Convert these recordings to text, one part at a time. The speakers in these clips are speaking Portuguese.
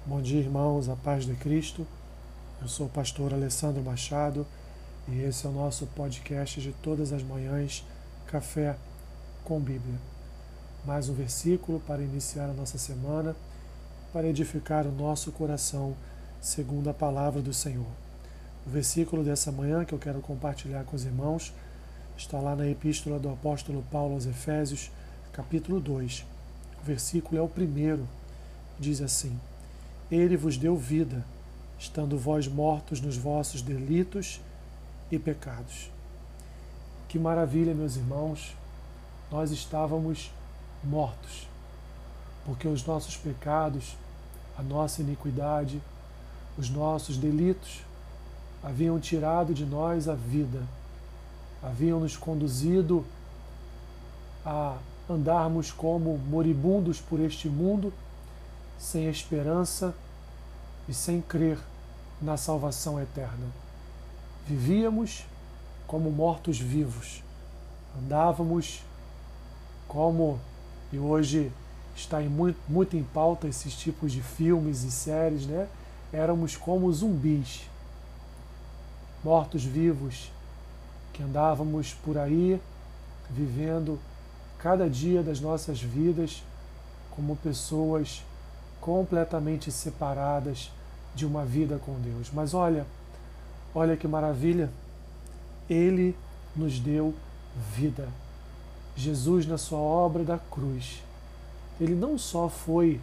Bom dia, irmãos, a paz de Cristo. Eu sou o pastor Alessandro Machado e esse é o nosso podcast de todas as manhãs, Café com Bíblia. Mais um versículo para iniciar a nossa semana, para edificar o nosso coração segundo a palavra do Senhor. O versículo dessa manhã que eu quero compartilhar com os irmãos está lá na epístola do apóstolo Paulo aos Efésios, capítulo 2. O versículo é o primeiro, diz assim: Ele vos deu vida, estando vós mortos nos vossos delitos e pecados. Que maravilha, meus irmãos, nós estávamos mortos, porque os nossos pecados, a nossa iniquidade, os nossos delitos haviam tirado de nós a vida, haviam nos conduzido a andarmos como moribundos por este mundo, sem esperança e sem crer na salvação eterna. Vivíamos como mortos-vivos, andávamos como, e hoje está muito em pauta esses tipos de filmes e séries, né? Éramos como zumbis, mortos-vivos, que andávamos por aí, vivendo cada dia das nossas vidas como pessoas completamente separadas de uma vida com Deus. Mas olha que maravilha, Ele nos deu vida. Jesus, na sua obra da cruz, Ele não só foi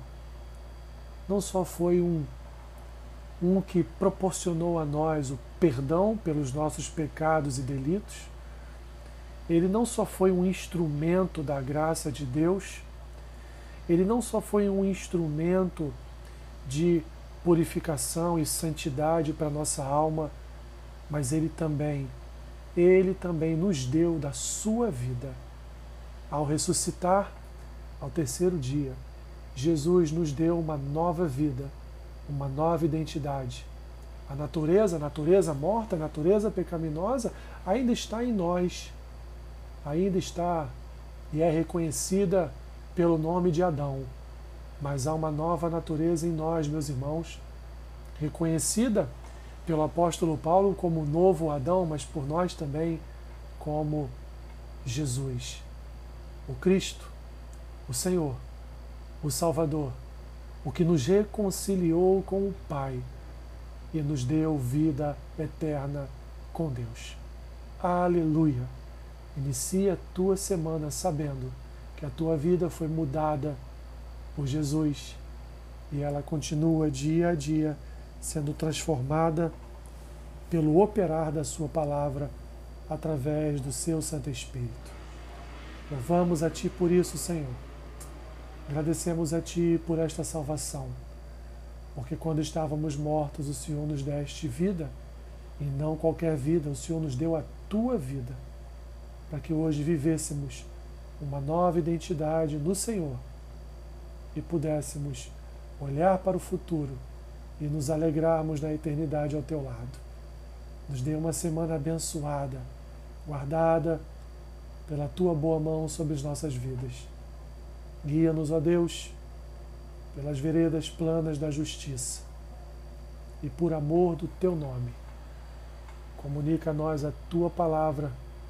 um que proporcionou a nós o perdão pelos nossos pecados e delitos, Ele não só foi um instrumento da graça de Deus, Ele não só foi um instrumento de purificação e santidade para a nossa alma, mas Ele também nos deu da sua vida. Ao ressuscitar, ao terceiro dia, Jesus nos deu uma nova vida, uma nova identidade. A natureza morta, a natureza pecaminosa ainda está em nós, ainda está e é reconhecida pelo nome de Adão. Mas há uma nova natureza em nós, meus irmãos, reconhecida pelo apóstolo Paulo como novo Adão, mas por nós também como Jesus, o Cristo, o Senhor, o Salvador, o que nos reconciliou com o Pai e nos deu vida eterna com Deus. Aleluia! Inicia a tua semana sabendo que a tua vida foi mudada por Jesus e ela continua dia a dia sendo transformada pelo operar da sua palavra através do seu Santo Espírito. Louvamos a Ti por isso, Senhor. Agradecemos a Ti por esta salvação, porque quando estávamos mortos o Senhor nos deste vida, e não qualquer vida, o Senhor nos deu a Tua vida, para que hoje vivêssemos uma nova identidade no Senhor e pudéssemos olhar para o futuro e nos alegrarmos na eternidade ao Teu lado. Nos dê uma semana abençoada, guardada pela Tua boa mão sobre as nossas vidas. Guia-nos, ó Deus, pelas veredas planas da justiça e por amor do Teu nome. Comunica a nós a Tua palavra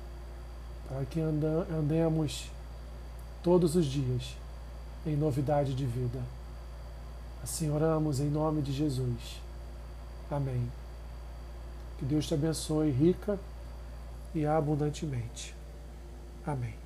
para que andemos todos os dias em novidade de vida. Assim oramos em nome de Jesus. Amém. Que Deus te abençoe rica e abundantemente. Amém.